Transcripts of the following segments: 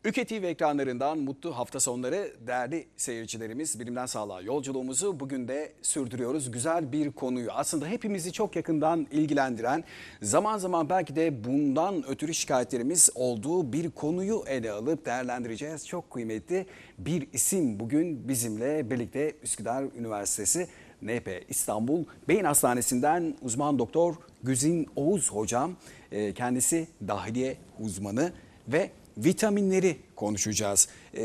Ülke TV ekranlarından mutlu hafta sonları değerli seyircilerimiz. Bilimden Sağlığa yolculuğumuzu bugün de sürdürüyoruz. Güzel bir konuyu, aslında hepimizi çok yakından ilgilendiren, zaman zaman belki de bundan ötürü şikayetlerimiz olduğu bir konuyu ele alıp değerlendireceğiz. Çok kıymetli bir isim bugün bizimle birlikte. Üsküdar Üniversitesi NP İstanbul Beyin Hastanesi'nden uzman doktor Güzin Oğuz hocam. Kendisi dahiliye uzmanı ve vitaminleri konuşacağız.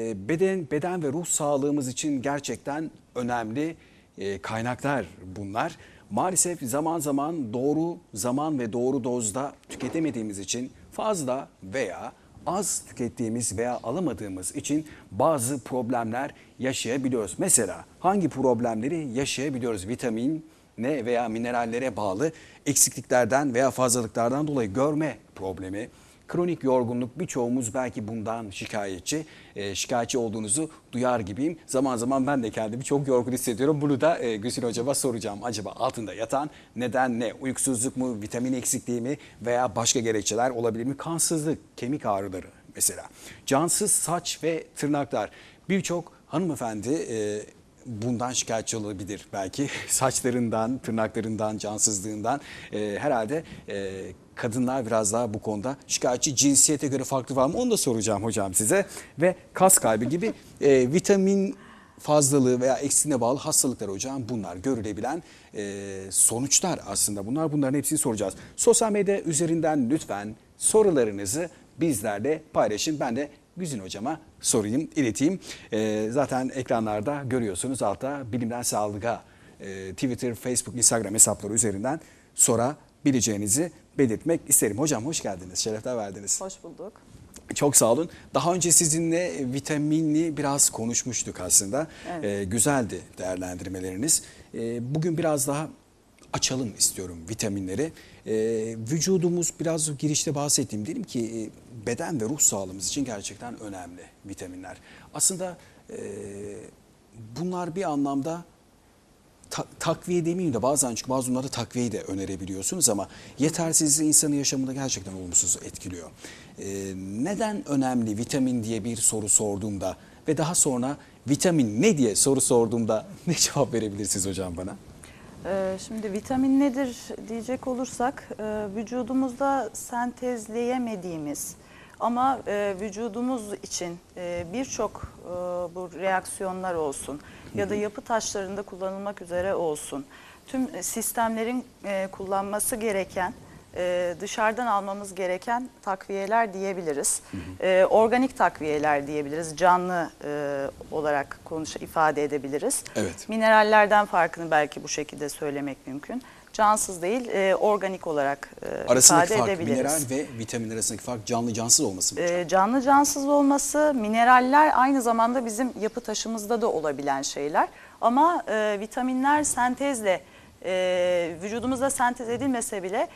Beden ve ruh sağlığımız için gerçekten önemli kaynaklar bunlar. Maalesef zaman zaman doğru zaman ve doğru dozda tüketemediğimiz için fazla veya az tükettiğimiz veya alamadığımız için bazı problemler yaşayabiliyoruz. Mesela hangi problemleri yaşayabiliyoruz? Vitamin, ne veya minerallere bağlı eksikliklerden veya fazlalıklardan dolayı görme problemi, kronik yorgunluk, birçoğumuz belki bundan şikayetçi olduğunuzu duyar gibiyim. Zaman zaman ben de kendimi çok yorgun hissediyorum. Bunu da Güzin Hocam'a soracağım. Acaba altında yatan neden ne? Uykusuzluk mu, vitamin eksikliği mi veya başka gerekçeler olabilir mi? Kansızlık, kemik ağrıları mesela. Cansız saç ve tırnaklar. Birçok hanımefendi bundan şikayetçi olabilir belki. Saçlarından, tırnaklarından, cansızlığından herhalde kadınlar biraz daha bu konuda şikayetçi. Cinsiyete göre farklı var mı? Onu da soracağım hocam size. Ve kas kaybı gibi vitamin fazlalığı veya eksiğine bağlı hastalıklar hocam, bunlar görülebilen sonuçlar aslında bunlar. Bunların hepsini soracağız. Sosyal medya üzerinden lütfen sorularınızı bizlerle paylaşın. Ben de Güzin hocama sorayım, ileteyim. Zaten ekranlarda görüyorsunuz, altta Bilimden Sağlığa Twitter, Facebook, Instagram hesapları üzerinden sorabileceğinizi belirtmek isterim. Hocam hoş geldiniz, şerefler verdiniz. Hoş bulduk. Çok sağ olun. Daha önce sizinle vitaminli biraz konuşmuştuk aslında. Evet. Güzeldi değerlendirmeleriniz. Bugün biraz daha açalım istiyorum vitaminleri. Vücudumuz, biraz girişte bahsettiğim, dedim ki beden ve ruh sağlığımız için gerçekten önemli vitaminler. Aslında bunlar bir anlamda takviye demeyeyim de bazen, çünkü bazı bunlarda takviyeyi de önerebiliyorsunuz ama yetersizliği insanın yaşamında gerçekten olumsuz etkiliyor. Neden önemli vitamin diye bir soru sorduğumda ve daha sonra vitamin ne diye soru sorduğumda ne cevap verebilirsiniz hocam bana? Şimdi vitamin nedir diyecek olursak, vücudumuzda sentezleyemediğimiz ama vücudumuz için birçok bu reaksiyonlar olsun ya da yapı taşlarında kullanılmak üzere olsun, tüm sistemlerin kullanması gereken, dışarıdan almamız gereken takviyeler diyebiliriz. Organik takviyeler diyebiliriz. Canlı olarak ifade edebiliriz. Evet. Minerallerden farkını belki bu şekilde söylemek mümkün. Cansız değil, organik olarak arasındaki ifade fark, edebiliriz. mineral ve vitamin arasındaki fark canlı cansız olması mı hocam? Canlı cansız olması, mineraller aynı zamanda bizim yapı taşımızda da olabilen şeyler. Ama vitaminler sentezle, vücudumuzda sentez edilmese bile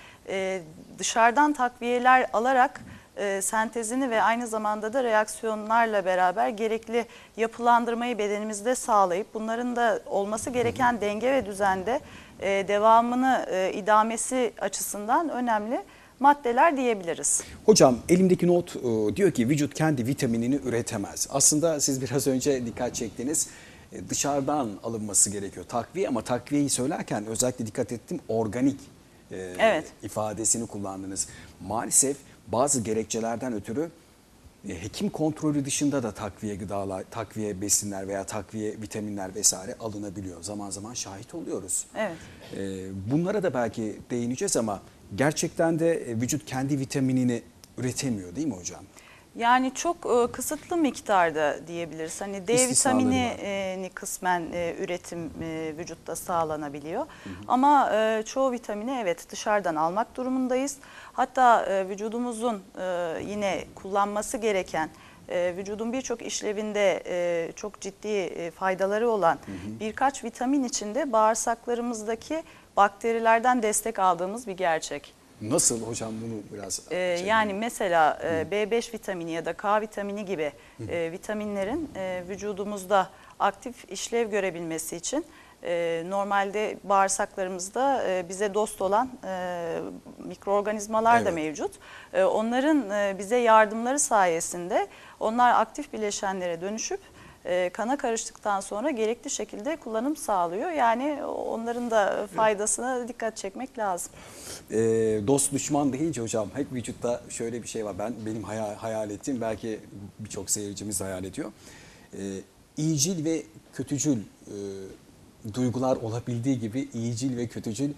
dışarıdan takviyeler alarak sentezini ve aynı zamanda da reaksiyonlarla beraber gerekli yapılandırmayı bedenimizde sağlayıp bunların da olması gereken denge ve düzende devamını idamesi açısından önemli maddeler diyebiliriz. Hocam elimdeki not diyor ki vücut kendi vitaminini üretemez. Aslında siz biraz önce dikkat çektiniz. Dışarıdan alınması gerekiyor takviye, ama takviyeyi söylerken özellikle dikkat ettim, organik Evet. ifadesini kullandınız. Maalesef bazı gerekçelerden ötürü hekim kontrolü dışında da takviye gıdalar, takviye besinler veya takviye vitaminler vesaire alınabiliyor. Zaman zaman şahit oluyoruz. Evet. Bunlara da belki değineceğiz ama gerçekten de vücut kendi vitaminini üretemiyor değil mi hocam? Yani çok kısıtlı miktarda diyebiliriz. Hani D vitamini kısmen üretim vücutta sağlanabiliyor. Ama çoğu vitamini evet dışarıdan almak durumundayız. Hatta vücudumuzun yine kullanması gereken, vücudun birçok işlevinde çok ciddi faydaları olan birkaç vitamin içinde bağırsaklarımızdaki bakterilerden destek aldığımız bir gerçek. Nasıl hocam, bunu biraz yani mesela B5 vitamini ya da K vitamini gibi vitaminlerin vücudumuzda aktif işlev görebilmesi için Normalde bağırsaklarımızda bize dost olan mikroorganizmalar da Evet. mevcut. Onların bize yardımları sayesinde onlar aktif bileşenlere dönüşüp kana karıştıktan sonra gerekli şekilde kullanım sağlıyor. Yani onların da faydasına dikkat çekmek lazım. Dost düşman deyince hocam hep vücutta şöyle bir şey var. Benim hayal ettiğim, belki birçok seyircimiz hayal ediyor. İyicil ve kötücül duygular olabildiği gibi iyicil ve kötücül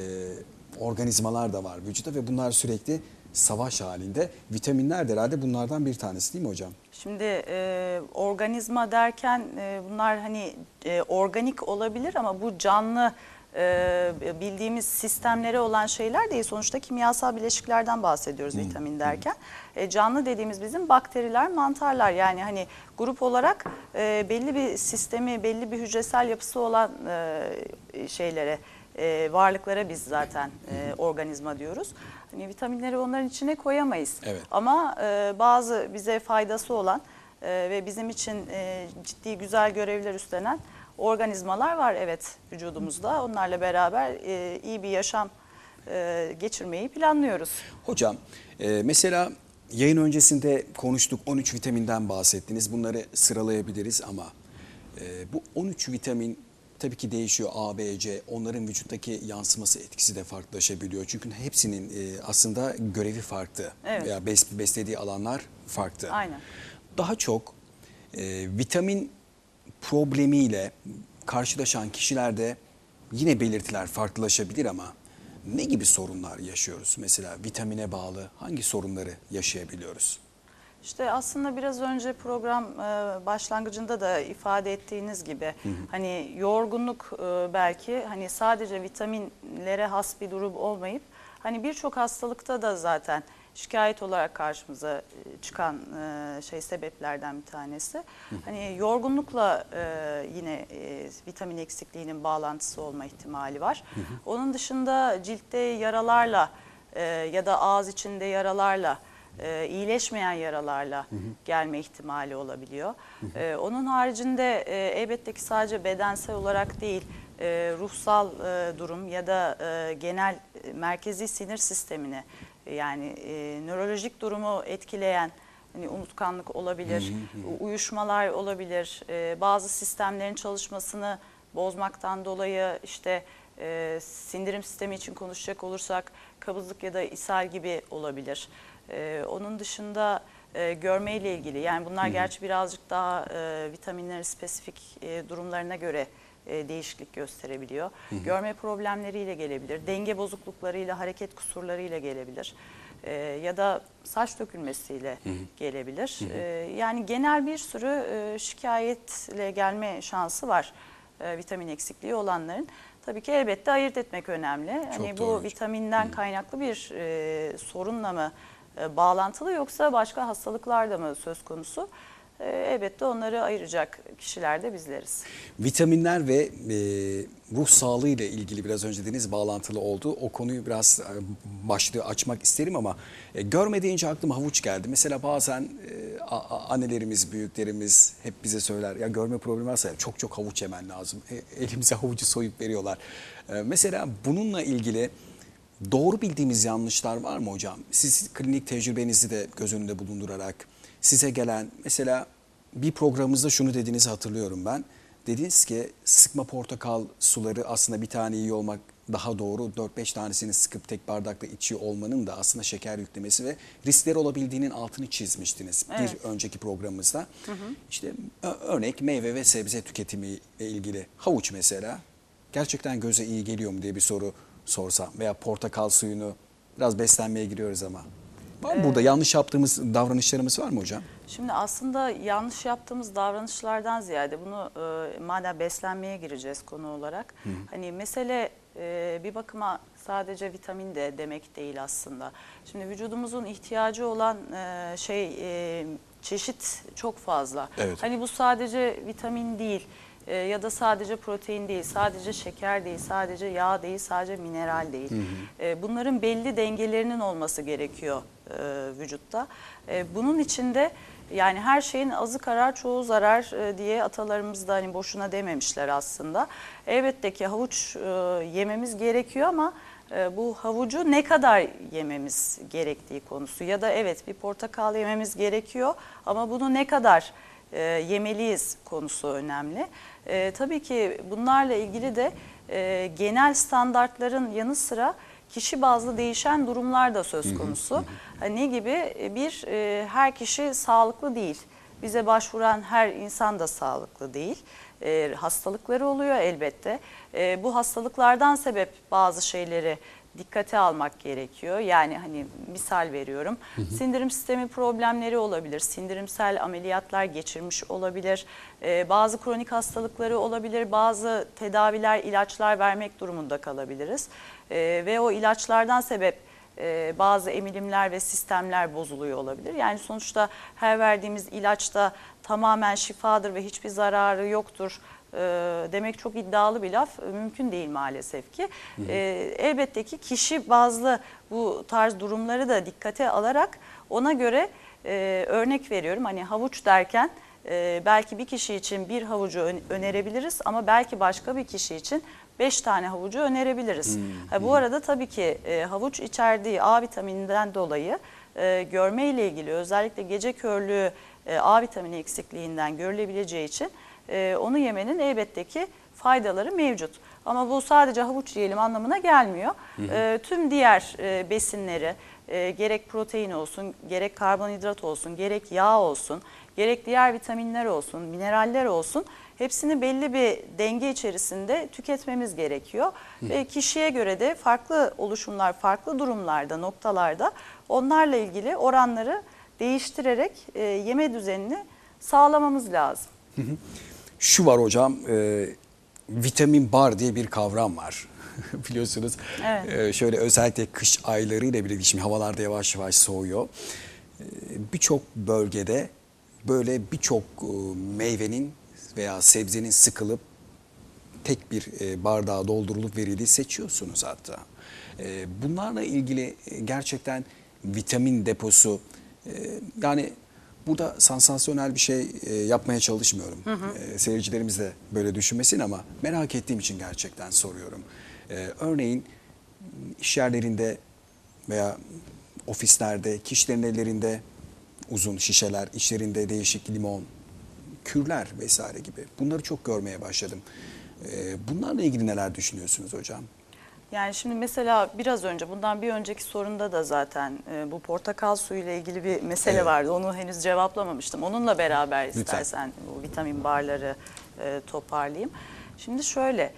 organizmalar da var vücutta ve bunlar sürekli savaş halinde. Vitaminler de herhalde bunlardan bir tanesi değil mi hocam? Şimdi organizma derken bunlar hani organik olabilir ama bu canlı bildiğimiz sistemlere olan şeyler değil. Sonuçta kimyasal bileşiklerden bahsediyoruz vitamin derken. Canlı dediğimiz bizim bakteriler, mantarlar, yani hani grup olarak belli bir sistemi, belli bir hücresel yapısı olan şeylere, varlıklara biz zaten organizma diyoruz. Hani vitaminleri onların içine koyamayız. Evet. Ama bazı bize faydası olan ve bizim için ciddi güzel görevler üstlenen organizmalar var evet vücudumuzda. Onlarla beraber iyi bir yaşam geçirmeyi planlıyoruz. Hocam mesela yayın öncesinde konuştuk, 13 vitaminden bahsettiniz. Bunları sıralayabiliriz ama bu 13 vitamin tabii ki değişiyor. A, B, C, onların vücuttaki yansıması, etkisi de farklılaşabiliyor. Çünkü hepsinin aslında görevi farklı. Evet. Veya beslediği alanlar farklı. Aynen. Daha çok vitamin problemiyle karşılaşan kişilerde yine belirtiler farklılaşabilir ama ne gibi sorunlar yaşıyoruz? Mesela vitamine bağlı hangi sorunları yaşayabiliyoruz? İşte aslında biraz önce program başlangıcında da ifade ettiğiniz gibi hani yorgunluk belki hani sadece vitaminlere has bir durum olmayıp hani birçok hastalıkta da zaten şikayet olarak karşımıza çıkan sebeplerden bir tanesi. Hani yorgunlukla yine vitamin eksikliğinin bağlantısı olma ihtimali var. Onun dışında ciltte yaralarla ya da ağız içinde yaralarla, iyileşmeyen yaralarla gelme ihtimali olabiliyor. Onun haricinde elbette ki sadece bedensel olarak değil, ruhsal durum ya da genel merkezi sinir sistemini, yani nörolojik durumu etkileyen hani unutkanlık olabilir, uyuşmalar olabilir, bazı sistemlerin çalışmasını bozmaktan dolayı işte sindirim sistemi için konuşacak olursak kabızlık ya da ishal gibi olabilir. Onun dışında görmeyle ilgili, yani bunlar gerçi birazcık daha vitaminlerin spesifik durumlarına göre değişiklik gösterebiliyor. Görme problemleriyle gelebilir, denge bozukluklarıyla, hareket kusurlarıyla gelebilir ya da saç dökülmesiyle gelebilir. Yani genel bir sürü şikayetle gelme şansı var vitamin eksikliği olanların. Tabii ki elbette ayırt etmek önemli. Hani bu doğru. vitaminden kaynaklı bir sorunla mı bağlantılı yoksa başka hastalıklar da mı söz konusu? Elbette onları ayıracak kişiler de bizleriz. Vitaminler ve ruh sağlığı ile ilgili biraz önce dediğiniz bağlantılı oldu. O konuyu biraz başlığı açmak isterim ama görme deyince aklıma havuç geldi. Mesela bazen annelerimiz, büyüklerimiz hep bize söyler ya görme problemi varsa çok çok havuç yemen lazım. Elimize havucu soyup veriyorlar. Mesela bununla ilgili doğru bildiğimiz yanlışlar var mı hocam? Siz klinik tecrübenizi de göz önünde bulundurarak size gelen, mesela bir programımızda şunu dediğinizi hatırlıyorum ben. Dediniz ki sıkma portakal suları aslında bir tane iyi olmak daha doğru. 4-5 tanesini sıkıp tek bardakla içiyor olmanın da aslında şeker yüklemesi ve riskleri olabildiğinin altını çizmiştiniz Evet. bir önceki programımızda. İşte örnek meyve ve sebze tüketimiyle ilgili. Havuç mesela gerçekten göze iyi geliyor mu diye bir soru sorsam veya portakal suyunu, biraz beslenmeye giriyoruz ama. Var mı burada yanlış yaptığımız davranışlarımız var mı hocam? Şimdi aslında yanlış yaptığımız davranışlardan ziyade bunu madem beslenmeye gireceğiz konu olarak. Hani mesele bir bakıma sadece vitamin de demek değil aslında. Şimdi vücudumuzun ihtiyacı olan çeşit çok fazla. Evet. Hani bu sadece vitamin değil. Ya da sadece protein değil, sadece şeker değil, sadece yağ değil, sadece mineral değil. Bunların belli dengelerinin olması gerekiyor vücutta. Bunun için de Yani her şeyin azı karar çoğu zarar diye atalarımız da hani boşuna dememişler aslında. Elbette ki havuç yememiz gerekiyor ama bu havucu ne kadar yememiz gerektiği konusu ya da evet bir portakal yememiz gerekiyor ama bunu ne kadar yemeliyiz konusu önemli. Tabii ki bunlarla ilgili de genel standartların yanı sıra kişi bazlı değişen durumlar da söz konusu. Ne gibi? Bir, her kişi sağlıklı değil. Bize başvuran her insan da sağlıklı değil. Hastalıkları oluyor elbette. Bu hastalıklardan sebep bazı şeyleri dikkate almak gerekiyor. Yani hani misal veriyorum. Sindirim sistemi problemleri olabilir. Sindirimsel ameliyatlar geçirmiş olabilir. Bazı kronik hastalıkları olabilir. Bazı tedaviler, ilaçlar vermek durumunda kalabiliriz. Ve o ilaçlardan sebep bazı emilimler ve sistemler bozuluyor olabilir. Yani sonuçta her verdiğimiz ilaçta tamamen şifadır ve hiçbir zararı yoktur demek çok iddialı bir laf, mümkün değil maalesef ki. Elbette ki kişi bazlı bu tarz durumları da dikkate alarak ona göre örnek veriyorum. Hani havuç derken belki bir kişi için bir havucu önerebiliriz ama belki başka bir kişi için 5 tane havucu önerebiliriz. Bu arada tabii ki havuç içerdiği A vitamininden dolayı görme ile ilgili özellikle gece körlüğü A vitamini eksikliğinden görülebileceği için onu yemenin elbette ki faydaları mevcut. Ama bu sadece havuç yiyelim anlamına gelmiyor. Tüm diğer besinleri gerek protein olsun, gerek karbonhidrat olsun, gerek yağ olsun, gerek diğer vitaminler olsun, mineraller olsun hepsini belli bir denge içerisinde tüketmemiz gerekiyor. Ve kişiye göre de farklı oluşumlar, farklı durumlarda, noktalarda onlarla ilgili oranları değiştirerek yeme düzenini sağlamamız lazım. Şu var hocam, vitamin bar diye bir kavram var. Biliyorsunuz şöyle özellikle kış aylarıyla birlikte şimdi havalarda yavaş yavaş soğuyor. Birçok bölgede böyle birçok meyvenin veya sebzenin sıkılıp tek bir bardağa doldurulup verildiği seçiyorsunuz hatta. Bunlarla ilgili gerçekten vitamin deposu yani burada sansasyonel bir şey yapmaya çalışmıyorum. Seyircilerimiz de böyle düşünmesin ama merak ettiğim için gerçekten soruyorum. Örneğin iş yerlerinde veya ofislerde kişilerin ellerinde uzun şişeler, içlerinde değişik limon, kürler vesaire gibi bunları çok görmeye başladım. Bunlarla ilgili neler düşünüyorsunuz hocam? Yani şimdi mesela biraz önce bundan bir önceki sorunda da zaten bu portakal suyu ile ilgili bir mesele vardı. Onu henüz cevaplamamıştım. Onunla beraber istersen bu vitamin barları toparlayayım. Şimdi şöyle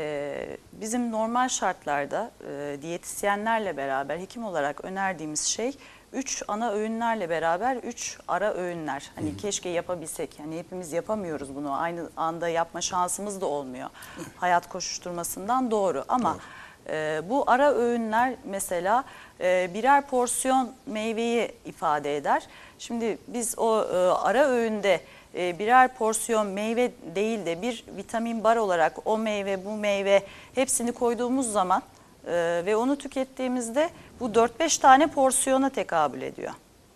bizim normal şartlarda diyetisyenlerle beraber hekim olarak önerdiğimiz şey 3 ana öğünlerle beraber 3 ara öğünler. Hani keşke yapabilsek. Hani hepimiz yapamıyoruz bunu. Aynı anda yapma şansımız da olmuyor. Hayat koşuşturmasından doğru ama bu ara öğünler mesela birer porsiyon meyveyi ifade eder. Şimdi biz o ara öğünde birer porsiyon meyve değil de bir vitamin bar olarak o meyve bu meyve hepsini koyduğumuz zaman ve onu tükettiğimizde bu 4-5 tane porsiyona tekabül ediyor.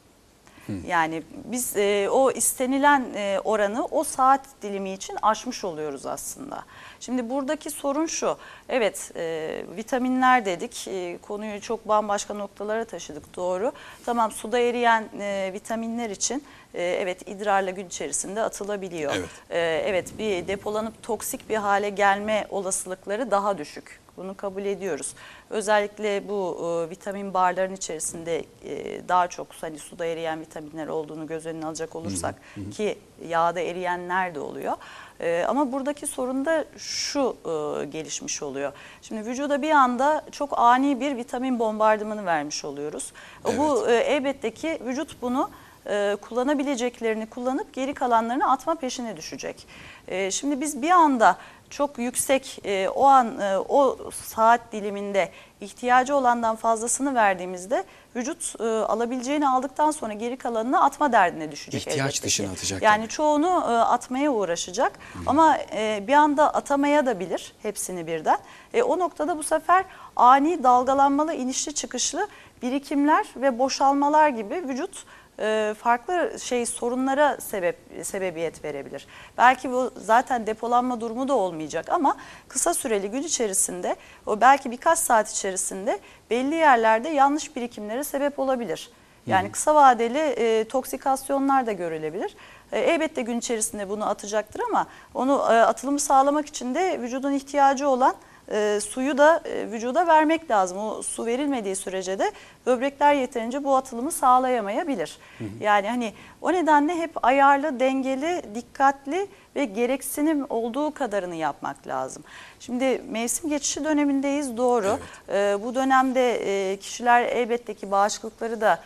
Yani biz o istenilen oranı o saat dilimi için aşmış oluyoruz aslında. Şimdi buradaki sorun şu, evet vitaminler dedik, konuyu çok bambaşka noktalara taşıdık doğru. Tamam suda eriyen vitaminler için evet idrarla gün içerisinde atılabiliyor. Evet. Evet bir depolanıp toksik bir hale gelme olasılıkları daha düşük. Bunu kabul ediyoruz. Özellikle bu vitamin barların içerisinde daha çok hani suda eriyen vitaminler olduğunu göz önüne alacak olursak ki yağda eriyenler de oluyor. Ama buradaki sorun da şu gelişmiş oluyor. Şimdi vücuda bir anda çok ani bir vitamin bombardımanı vermiş oluyoruz. Evet. Bu elbette ki vücut bunu kullanabileceklerini kullanıp geri kalanlarını atma peşine düşecek. Şimdi biz bir anda çok yüksek o an o saat diliminde ihtiyacı olandan fazlasını verdiğimizde vücut alabileceğini aldıktan sonra geri kalanını atma derdine düşecek. İhtiyaç dışına atacak. Yani çoğunu atmaya uğraşacak ama bir anda atamaya da bilir hepsini birden. O noktada bu sefer ani dalgalanmalı inişli çıkışlı birikimler ve boşalmalar gibi vücut farklı sorunlara sebebiyet verebilir. Belki bu zaten depolanma durumu da olmayacak ama kısa süreli gün içerisinde, o belki birkaç saat içerisinde belli yerlerde yanlış birikimlere sebep olabilir. Yani kısa vadeli toksikasyonlar da görülebilir. Elbette gün içerisinde bunu atacaktır ama onu atılımı sağlamak için de vücudun ihtiyacı olan suyu da vücuda vermek lazım. O su verilmediği sürece de böbrekler yeterince bu atılımı sağlayamayabilir. Yani hani o nedenle hep ayarlı, dengeli, dikkatli ve gereksinim olduğu kadarını yapmak lazım. Şimdi mevsim geçişi dönemindeyiz, doğru. Evet. Bu dönemde kişiler elbette ki bağışıklıkları da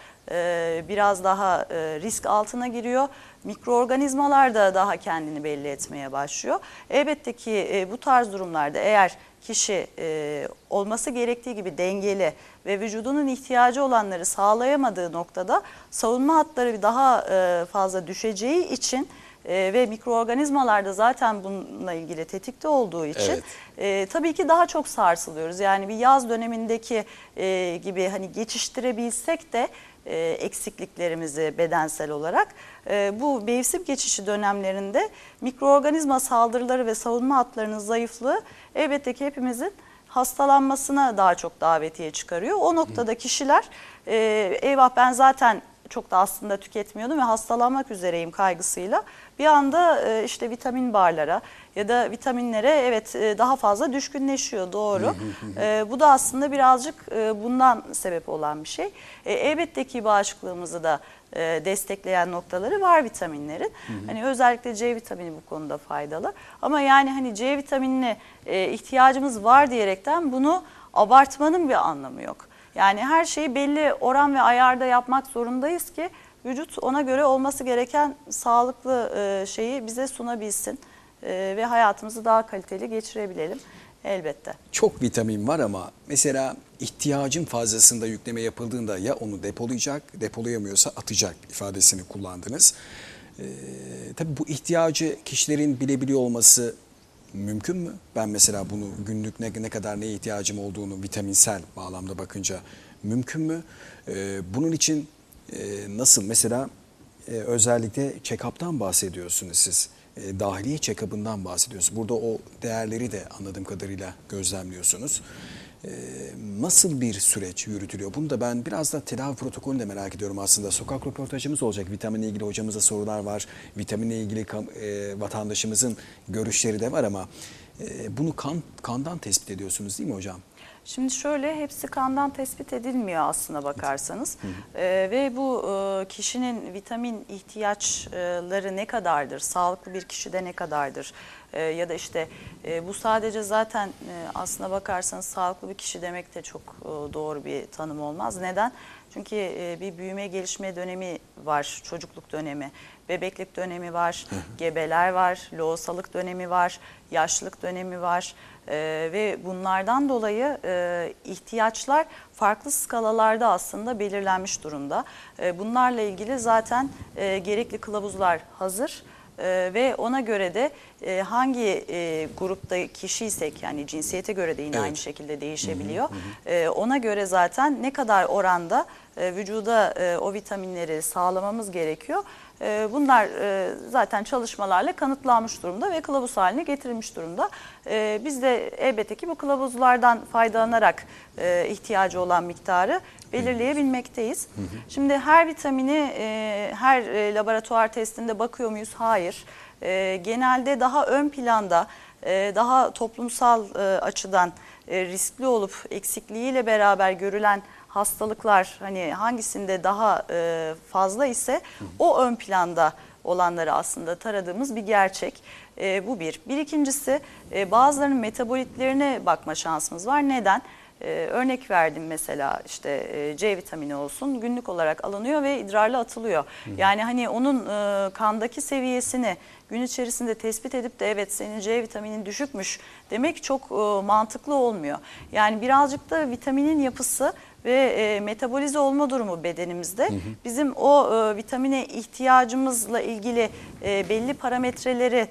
biraz daha risk altına giriyor. Mikroorganizmalar da daha kendini belli etmeye başlıyor. Elbette ki bu tarz durumlarda eğer kişi olması gerektiği gibi dengeli ve vücudunun ihtiyacı olanları sağlayamadığı noktada savunma hatları daha fazla düşeceği için ve mikroorganizmalar da zaten bununla ilgili tetikte olduğu için tabii ki daha çok sarsılıyoruz. Yani bir yaz dönemindeki gibi hani geçiştirebilsek de eksikliklerimizi bedensel olarak bu mevsim geçişi dönemlerinde mikroorganizma saldırıları ve savunma hatlarının zayıflığı elbette ki hepimizin hastalanmasına daha çok davetiye çıkarıyor. O noktada kişiler eyvah ben zaten çok da aslında tüketmiyordum ve hastalanmak üzereyim kaygısıyla bir anda işte vitamin barlara ya da vitaminlere daha fazla düşkünleşiyor, doğru. Bu da aslında birazcık bundan sebep olan bir şey. Elbette ki bağışıklığımızı da destekleyen noktaları var vitaminlerin. Hani özellikle C vitamini bu konuda faydalı. Ama yani hani C vitaminine ihtiyacımız var diyerekten bunu abartmanın bir anlamı yok. Yani her şeyi belli oran ve ayarda yapmak zorundayız ki vücut ona göre olması gereken sağlıklı şeyi bize sunabilsin ve hayatımızı daha kaliteli geçirebilelim elbette. Çok vitamin var ama mesela ihtiyacın fazlasında yükleme yapıldığında ya onu depolayacak, depolayamıyorsa atacak ifadesini kullandınız. Tabii bu ihtiyacı kişilerin bilebiliyor olması mümkün mü? Ben mesela bunu günlük ne kadar neye ihtiyacım olduğunu vitaminsel bağlamda bakınca mümkün mü? Bunun için nasıl mesela özellikle check-up'tan bahsediyorsunuz siz. Dahiliye check-up'ından bahsediyorsunuz. Burada o değerleri de anladığım kadarıyla gözlemliyorsunuz. Nasıl bir süreç yürütülüyor? Bunu da ben biraz da tedavi protokolünü de merak ediyorum aslında. Sokak röportajımız olacak. Vitaminle ilgili hocamıza sorular var. Vitaminle ilgili vatandaşımızın görüşleri de var ama bunu kandan tespit ediyorsunuz değil mi hocam? Şimdi şöyle, hepsi kandan tespit edilmiyor aslına bakarsanız. Ve bu kişinin vitamin ihtiyaçları ne kadardır, sağlıklı bir kişide ne kadardır ya da işte bu sadece zaten aslına bakarsanız sağlıklı bir kişi demek de çok doğru bir tanım olmaz. Neden? Çünkü bir büyüme gelişme dönemi var, çocukluk dönemi, bebeklik dönemi var, gebeler var, lohusalık dönemi var, yaşlılık dönemi var. Ve bunlardan dolayı ihtiyaçlar farklı skalalarda aslında belirlenmiş durumda. Bunlarla ilgili zaten gerekli kılavuzlar hazır ve ona göre de hangi grupta kişiysek, yani cinsiyete göre de yine aynı şekilde değişebiliyor. Ona göre zaten ne kadar oranda vücuda o vitaminleri sağlamamız gerekiyor. Bunlar zaten çalışmalarla kanıtlanmış durumda ve kılavuz haline getirilmiş durumda. Biz de elbette ki bu kılavuzlardan faydalanarak ihtiyacı olan miktarı belirleyebilmekteyiz. Şimdi her vitamini her laboratuvar testinde bakıyor muyuz? Hayır. Genelde daha ön planda, daha toplumsal açıdan riskli olup eksikliğiyle beraber görülen hastalıklar hani hangisinde daha fazla ise o ön planda olanları aslında taradığımız bir gerçek. Bu bir. Bir ikincisi bazılarının metabolitlerine bakma şansımız var. Neden? Örnek verdim mesela işte C vitamini olsun, günlük olarak alınıyor ve idrarla atılıyor. Yani hani onun kandaki seviyesini gün içerisinde tespit edip de evet senin C vitaminin düşükmüş demek çok mantıklı olmuyor. Yani birazcık da vitaminin yapısı ve metabolize olma durumu bedenimizde bizim o vitamine ihtiyacımızla ilgili belli parametreleri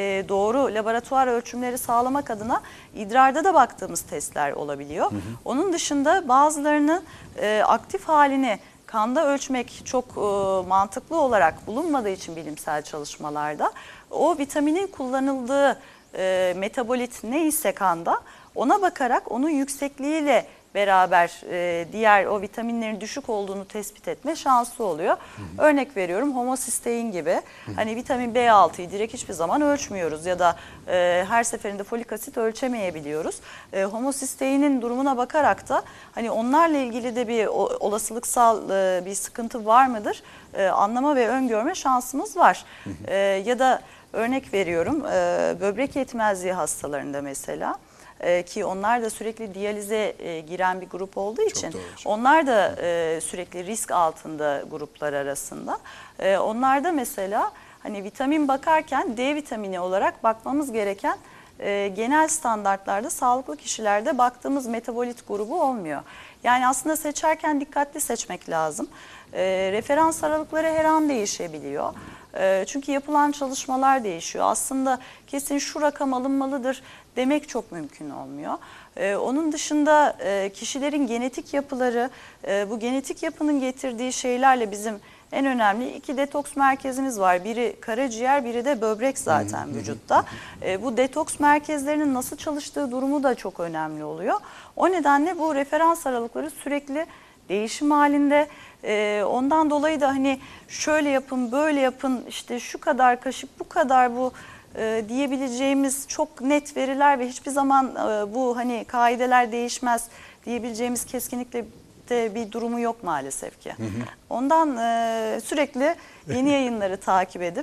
doğru laboratuvar ölçümleri sağlamak adına idrarda da baktığımız testler olabiliyor. Onun dışında bazılarının aktif halini kanda ölçmek çok mantıklı olarak bulunmadığı için bilimsel çalışmalarda o vitaminin kullanıldığı metabolit neyse kanda ona bakarak onun yüksekliğiyle beraber diğer o vitaminlerin düşük olduğunu tespit etme şansı oluyor. Örnek veriyorum, homosistein gibi. Hani vitamin B6'yı direkt hiçbir zaman ölçmüyoruz ya da her seferinde folik asit ölçemeyebiliyoruz. Homosisteinin durumuna bakarak da hani onlarla ilgili de bir olasılıksal bir sıkıntı var mıdır anlama ve öngörme şansımız var. Ya da örnek veriyorum, böbrek yetmezliği hastalarında mesela. Ki onlar da sürekli diyalize giren bir grup olduğu için onlar da sürekli risk altında gruplar arasında. Onlarda mesela hani vitamin bakarken D vitamini olarak bakmamız gereken genel standartlarda sağlıklı kişilerde baktığımız metabolit grubu olmuyor. Yani aslında seçerken dikkatli seçmek lazım. Referans aralıkları her an değişebiliyor. Çünkü yapılan çalışmalar değişiyor. Aslında kesin şu rakam alınmalıdır demek çok mümkün olmuyor. Onun dışında kişilerin genetik yapıları, bu genetik yapının getirdiği şeylerle bizim en önemli 2 detoks merkezimiz var. Biri karaciğer, biri de böbrek zaten vücutta. Bu detoks merkezlerinin nasıl çalıştığı durumu da çok önemli oluyor. O nedenle bu referans aralıkları sürekli değişim halinde. Ondan dolayı da hani şöyle yapın, böyle yapın, işte şu kadar kaşık, bu kadar bu diyebileceğimiz çok net veriler ve hiçbir zaman bu hani kaideler değişmez diyebileceğimiz kesinlikle de bir durumu yok maalesef ki. Ondan sürekli yeni yayınları takip edip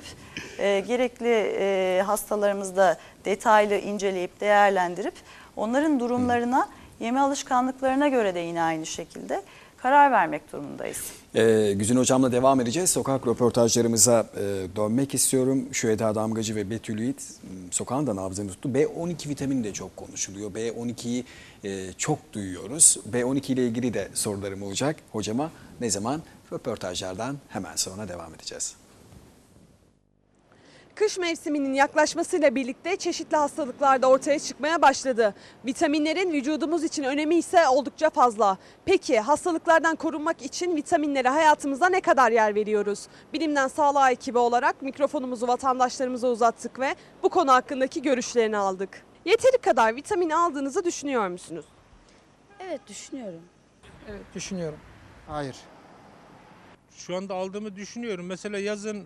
gerekli hastalarımızda detaylı inceleyip değerlendirip onların durumlarına, yeme alışkanlıklarına göre de yine aynı şekilde karar vermek durumundayız. Güzin Hocam'la devam edeceğiz. Sokak röportajlarımıza dönmek istiyorum. Şüheda Damgacı ve Betül Yiğit sokağın da nabzını tuttu. B12 vitamini de çok konuşuluyor. B12'yi çok duyuyoruz. B12 ile ilgili de sorularım olacak hocama. Ne zaman? Röportajlardan hemen sonra devam edeceğiz. Kış mevsiminin yaklaşmasıyla birlikte çeşitli hastalıklar da ortaya çıkmaya başladı. Vitaminlerin vücudumuz için önemi ise oldukça fazla. Peki hastalıklardan korunmak için vitaminlere hayatımızda ne kadar yer veriyoruz? Bilimden Sağlığa ekibi olarak mikrofonumuzu vatandaşlarımıza uzattık ve bu konu hakkındaki görüşlerini aldık. Yeteri kadar vitamin aldığınızı düşünüyor musunuz? Evet, düşünüyorum. Evet, düşünüyorum. Hayır. Şu anda aldığımı düşünüyorum. Mesela yazın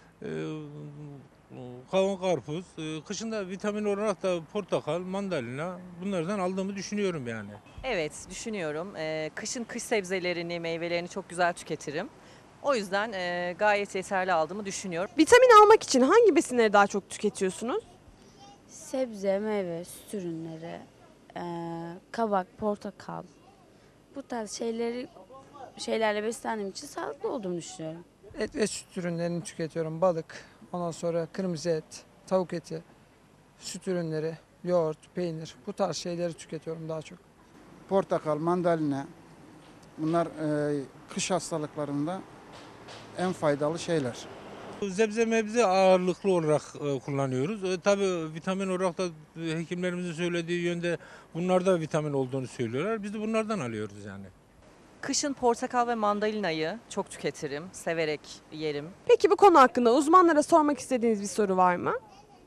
kavun, karpuz, kışın da vitamin olarak da portakal, mandalina, bunlardan aldığımı düşünüyorum yani. Evet, düşünüyorum. Kışın kış sebzelerini, meyvelerini çok güzel tüketirim. O yüzden gayet yeterli aldığımı düşünüyorum. Vitamin almak için hangi besinleri daha çok tüketiyorsunuz? Sebze, meyve, süt ürünleri, kabak, portakal. Bu tarz şeylerle beslendiğim için sağlıklı olduğumu düşünüyorum. Et ve süt ürünlerini tüketiyorum. Balık, ondan sonra kırmızı et, tavuk eti, süt ürünleri, yoğurt, peynir, bu tarz şeyleri tüketiyorum daha çok. Portakal, mandalina bunlar kış hastalıklarında en faydalı şeyler. Sebze mebze ağırlıklı olarak kullanıyoruz. Tabii vitamin olarak da hekimlerimizin söylediği yönde bunlarda vitamin olduğunu söylüyorlar. Biz de bunlardan alıyoruz yani. Kışın portakal ve mandalinayı çok tüketirim, severek yerim. Peki bu konu hakkında uzmanlara sormak istediğiniz bir soru var mı?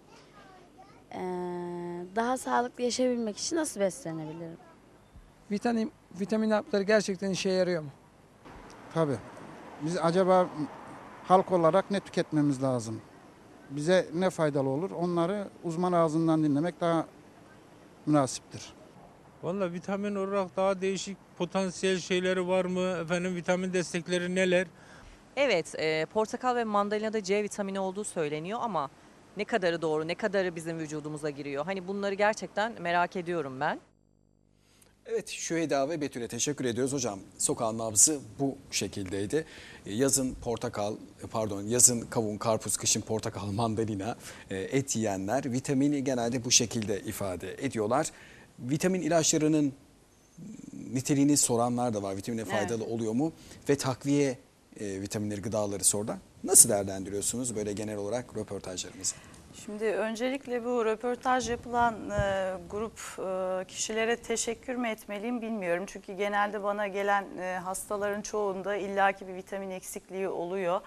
Daha sağlıklı yaşayabilmek için nasıl beslenebilirim? Vitamin hapları gerçekten işe yarıyor mu? Tabii. Biz acaba halk olarak ne tüketmemiz lazım? Bize ne faydalı olur? Onları uzman ağzından dinlemek daha münasiptir. Vallahi vitamin olarak daha değişik potansiyel şeyleri var mı? Efendim vitamin destekleri neler? Evet, portakal ve mandalinada C vitamini olduğu söyleniyor ama ne kadarı doğru, ne kadarı bizim vücudumuza giriyor? Hani bunları gerçekten merak ediyorum ben. Evet, Şüheda ve Betül'e teşekkür ediyoruz hocam. Sokağın nabzı bu şekildeydi. Yazın yazın kavun, karpuz, kışın portakal, mandalina, et yiyenler vitamini genelde bu şekilde ifade ediyorlar. Vitamin ilaçlarının niteliğini soranlar da var. Vitamine faydalı oluyor mu? Ve takviye vitaminleri, gıdaları soruda. Nasıl değerlendiriyorsunuz böyle genel olarak röportajlarımızı? Şimdi öncelikle bu röportaj yapılan grup kişilere teşekkür mü etmeliyim bilmiyorum. Çünkü genelde bana gelen hastaların çoğunda illaki bir vitamin eksikliği oluyor.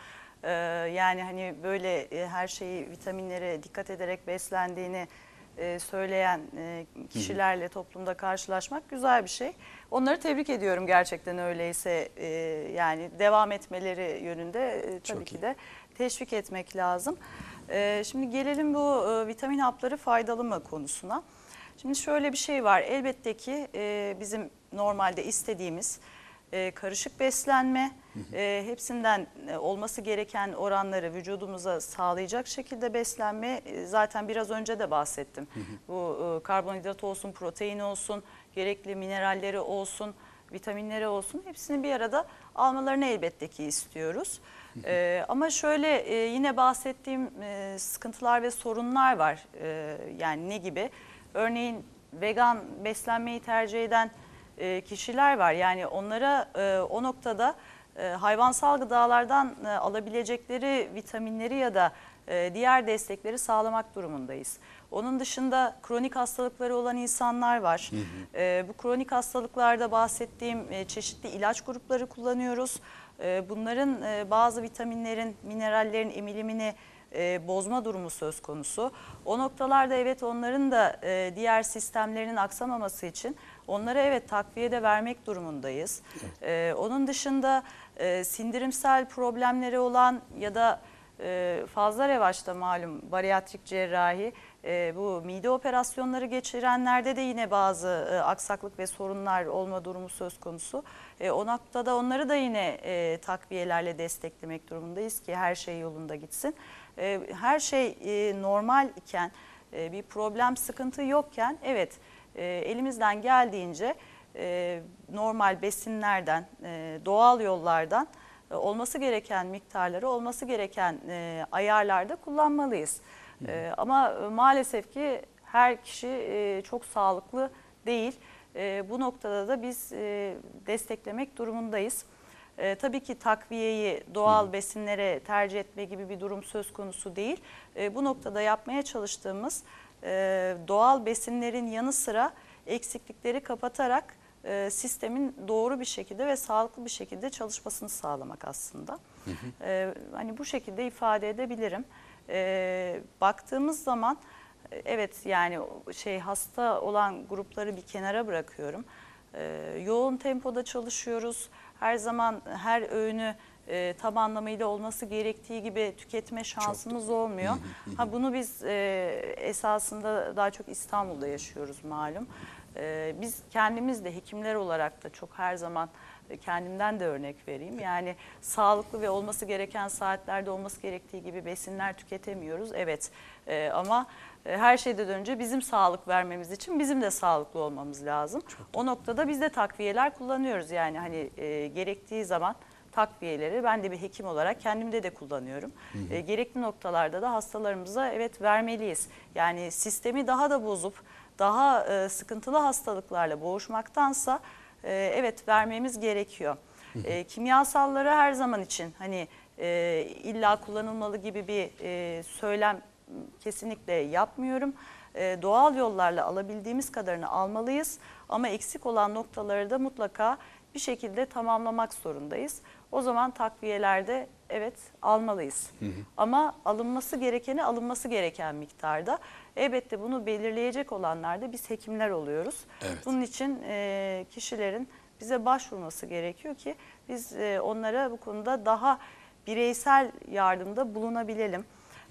Yani hani böyle her şeyi vitaminlere dikkat ederek beslendiğini söyleyen kişilerle toplumda karşılaşmak güzel bir şey. Onları tebrik ediyorum gerçekten öyleyse, yani devam etmeleri yönünde tabii ki de teşvik etmek lazım. Şimdi gelelim bu vitamin hapları faydalı mı konusuna. Şimdi şöyle bir şey var, elbette ki bizim normalde istediğimiz karışık beslenme, hepsinden olması gereken oranları vücudumuza sağlayacak şekilde beslenme. Zaten biraz önce de bahsettim. Bu karbonhidrat olsun, protein olsun, gerekli mineralleri olsun, vitaminleri olsun, hepsini bir arada almalarını elbette ki istiyoruz. Ama şöyle yine bahsettiğim sıkıntılar ve sorunlar var. Yani ne gibi? Örneğin vegan beslenmeyi tercih eden kişiler var. Yani onlara o noktada hayvansal gıdalardan alabilecekleri vitaminleri ya da diğer destekleri sağlamak durumundayız. Onun dışında kronik hastalıkları olan insanlar var. Bu kronik hastalıklarda bahsettiğim çeşitli ilaç grupları kullanıyoruz. Bunların bazı vitaminlerin, minerallerin emilimini bozma durumu söz konusu. O noktalarda evet onların da diğer sistemlerinin aksamaması için onlara evet takviye de vermek durumundayız. Onun dışında sindirimsel problemleri olan ya da fazla revaçta malum bariyatrik cerrahi, bu mide operasyonları geçirenlerde de yine bazı aksaklık ve sorunlar olma durumu söz konusu. O noktada onları da yine takviyelerle desteklemek durumundayız ki her şey yolunda gitsin. Her şey normal iken, bir problem, sıkıntı yokken evet elimizden geldiğince normal besinlerden, doğal yollardan olması gereken miktarları, olması gereken ayarlarda kullanmalıyız. Ama maalesef ki her kişi çok sağlıklı değil. Bu noktada da biz desteklemek durumundayız. Tabii ki takviyeyi doğal besinlere tercih etme gibi bir durum söz konusu değil. Bu noktada yapmaya çalıştığımız doğal besinlerin yanı sıra eksiklikleri kapatarak sistemin doğru bir şekilde ve sağlıklı bir şekilde çalışmasını sağlamak aslında. Hani bu şekilde ifade edebilirim. Baktığımız zaman evet yani hasta olan grupları bir kenara bırakıyorum. Yoğun tempoda çalışıyoruz. Her zaman her öğünü tam anlamıyla olması gerektiği gibi tüketme şansımız olmuyor. Bunu biz esasında daha çok İstanbul'da yaşıyoruz malum. Biz kendimiz de hekimler olarak da çok her zaman kendimden de örnek vereyim. Yani sağlıklı ve olması gereken saatlerde olması gerektiği gibi besinler tüketemiyoruz. Evet ama her şeyden önce bizim sağlık vermemiz için bizim de sağlıklı olmamız lazım. O noktada biz de takviyeler kullanıyoruz. Yani hani gerektiği zaman takviyeleri ben de bir hekim olarak kendimde de kullanıyorum. Gerekli noktalarda da hastalarımıza evet vermeliyiz. Yani sistemi daha da bozup daha sıkıntılı hastalıklarla boğuşmaktansa evet vermemiz gerekiyor. Kimyasalları her zaman için hani illa kullanılmalı gibi bir söylem kesinlikle yapmıyorum. Doğal yollarla alabildiğimiz kadarını almalıyız ama eksik olan noktaları da mutlaka bir şekilde tamamlamak zorundayız. O zaman takviyelerde evet almalıyız. Ama alınması gerekeni alınması gereken miktarda. Elbette bunu belirleyecek olanlar da biz hekimler oluyoruz. Evet. Bunun için kişilerin bize başvurması gerekiyor ki biz onlara bu konuda daha bireysel yardımda bulunabilelim.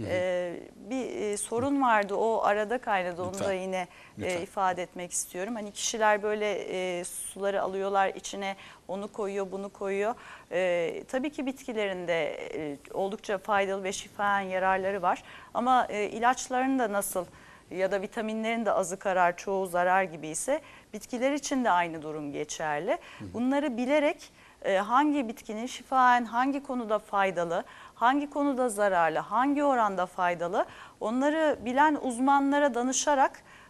Bir sorun vardı, o arada kaynadı, onu da yine ifade etmek istiyorum. Hani kişiler böyle suları alıyorlar içine, onu koyuyor bunu koyuyor. Tabii ki bitkilerinde oldukça faydalı ve şifayen yararları var ama ilaçların da nasıl ya da vitaminlerin de azı karar çoğu zarar gibi ise bitkiler için de aynı durum geçerli. Bunları bilerek hangi bitkinin şifayen hangi konuda faydalı, hangi konuda zararlı, hangi oranda faydalı onları bilen uzmanlara danışarak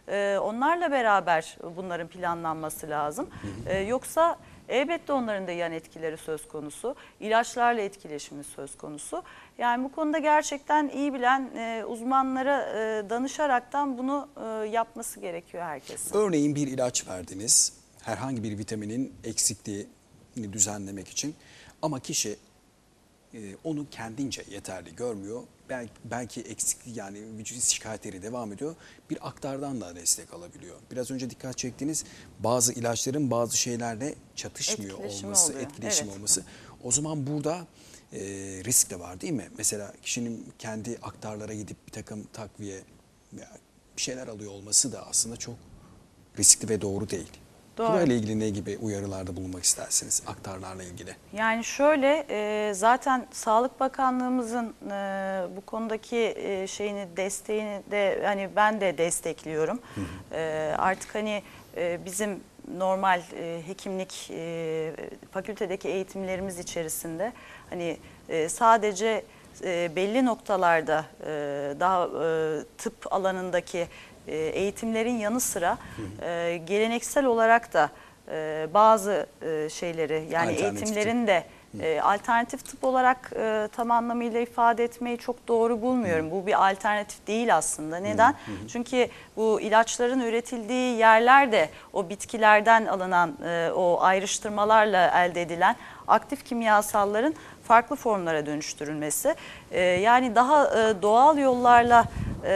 Onlarla beraber bunların planlanması lazım. Yoksa elbette onların da yan etkileri söz konusu. İlaçlarla etkileşimi söz konusu. Yani bu konuda gerçekten iyi bilen uzmanlara danışaraktan bunu yapması gerekiyor herkesin. Örneğin bir ilaç verdiniz, herhangi bir vitaminin eksikliğini düzenlemek için ama kişi onu kendince yeterli görmüyor. Belki eksiklik, yani vücut şikayetleri devam ediyor. Bir aktardan da destek alabiliyor. Biraz önce dikkat çektiğiniz bazı ilaçların bazı şeylerle çatışmıyor olması, etkileşim olması. O zaman burada risk de var değil mi? Mesela kişinin kendi aktarlara gidip bir takım takviye veya bir şeyler alıyor olması da aslında çok riskli ve doğru değil. Burayla ilgili ne gibi uyarılarda bulunmak istersiniz aktarlarla ilgili? Yani şöyle, zaten Sağlık Bakanlığımızın bu konudaki desteğini de hani ben de destekliyorum. Artık hani bizim normal hekimlik fakültedeki eğitimlerimiz içerisinde hani sadece belli noktalarda daha tıp alanındaki eğitimlerin yanı sıra geleneksel olarak da bazı şeyleri, yani eğitimlerin de alternatif tıp olarak tam anlamıyla ifade etmeyi çok doğru bulmuyorum. Bu bir alternatif değil aslında. Neden? Çünkü bu ilaçların üretildiği yerlerde o bitkilerden alınan o ayrıştırmalarla elde edilen aktif kimyasalların farklı formlara dönüştürülmesi. Yani daha doğal yollarla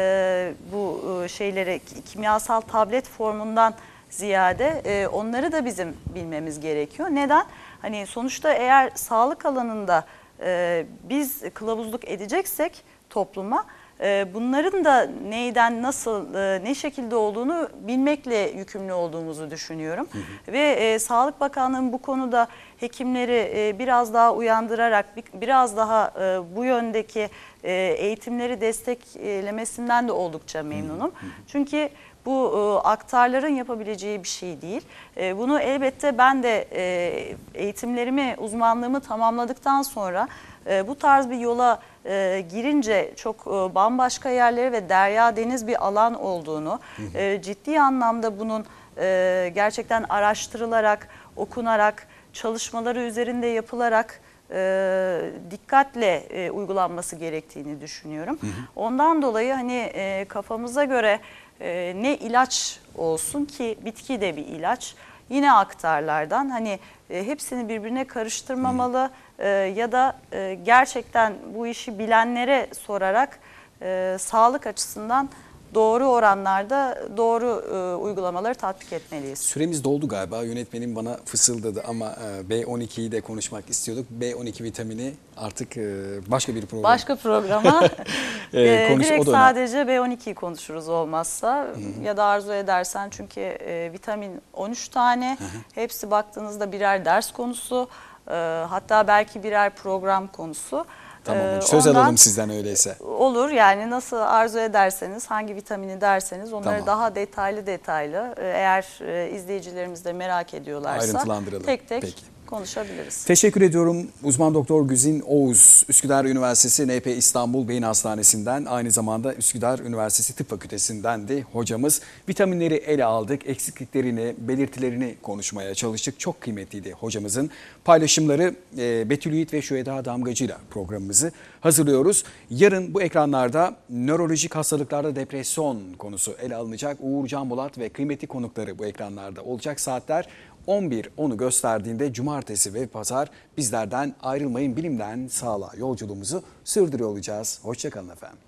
bu şeyleri kimyasal tablet formundan ziyade onları da bizim bilmemiz gerekiyor. Neden? Hani sonuçta eğer sağlık alanında biz kılavuzluk edeceksek topluma, bunların da neyden, nasıl, ne şekilde olduğunu bilmekle yükümlü olduğumuzu düşünüyorum. Ve Sağlık Bakanlığı'nın bu konuda hekimleri biraz daha uyandırarak, biraz daha bu yöndeki eğitimleri desteklemesinden de oldukça memnunum. Çünkü bu aktarların yapabileceği bir şey değil. Bunu elbette ben de eğitimlerimi, uzmanlığımı tamamladıktan sonra bu tarz bir yola girince çok bambaşka yerlere ve derya deniz bir alan olduğunu, ciddi anlamda bunun gerçekten araştırılarak, okunarak, çalışmaları üzerinde yapılarak dikkatle uygulanması gerektiğini düşünüyorum. Ondan dolayı hani kafamıza göre ne ilaç olsun ki bitki de bir ilaç, yine aktarlardan hani hepsini birbirine karıştırmamalı ya da gerçekten bu işi bilenlere sorarak sağlık açısından doğru oranlarda doğru uygulamaları tatbik etmeliyiz. Süremiz doldu galiba. Yönetmenim bana fısıldadı ama B12'yi de konuşmak istiyorduk. B12 vitamini artık başka bir program. Başka programa direkt sadece B12'yi konuşuruz olmazsa ya da arzu edersen, çünkü vitamin 13 tane, hepsi baktığınızda birer ders konusu, hatta belki birer program konusu. Tamam, söz alalım sizden öyleyse. Olur, yani nasıl arzu ederseniz, hangi vitamini derseniz onları daha detaylı eğer izleyicilerimiz de merak ediyorlarsa tek tek konuşabiliriz. Teşekkür ediyorum. Uzman Doktor Güzin Oğuz, Üsküdar Üniversitesi NP İstanbul Beyin Hastanesi'nden, aynı zamanda Üsküdar Üniversitesi Tıp Fakültesi'ndendi hocamız. Vitaminleri ele aldık, eksikliklerini, belirtilerini konuşmaya çalıştık. Çok kıymetliydi hocamızın paylaşımları. Betül Yiğit ve Şüheda Damgacı'yla programımızı hazırlıyoruz. Yarın bu ekranlarda nörolojik hastalıklarda depresyon konusu ele alınacak. Uğur Canbolat ve kıymetli konukları bu ekranlarda olacak. Saatler 11:10'u gösterdiğinde cumartesi ve pazar bizlerden ayrılmayın. Bilimden sağlığa yolculuğumuzu sürdürüyor olacağız. Hoşça kalın efendim.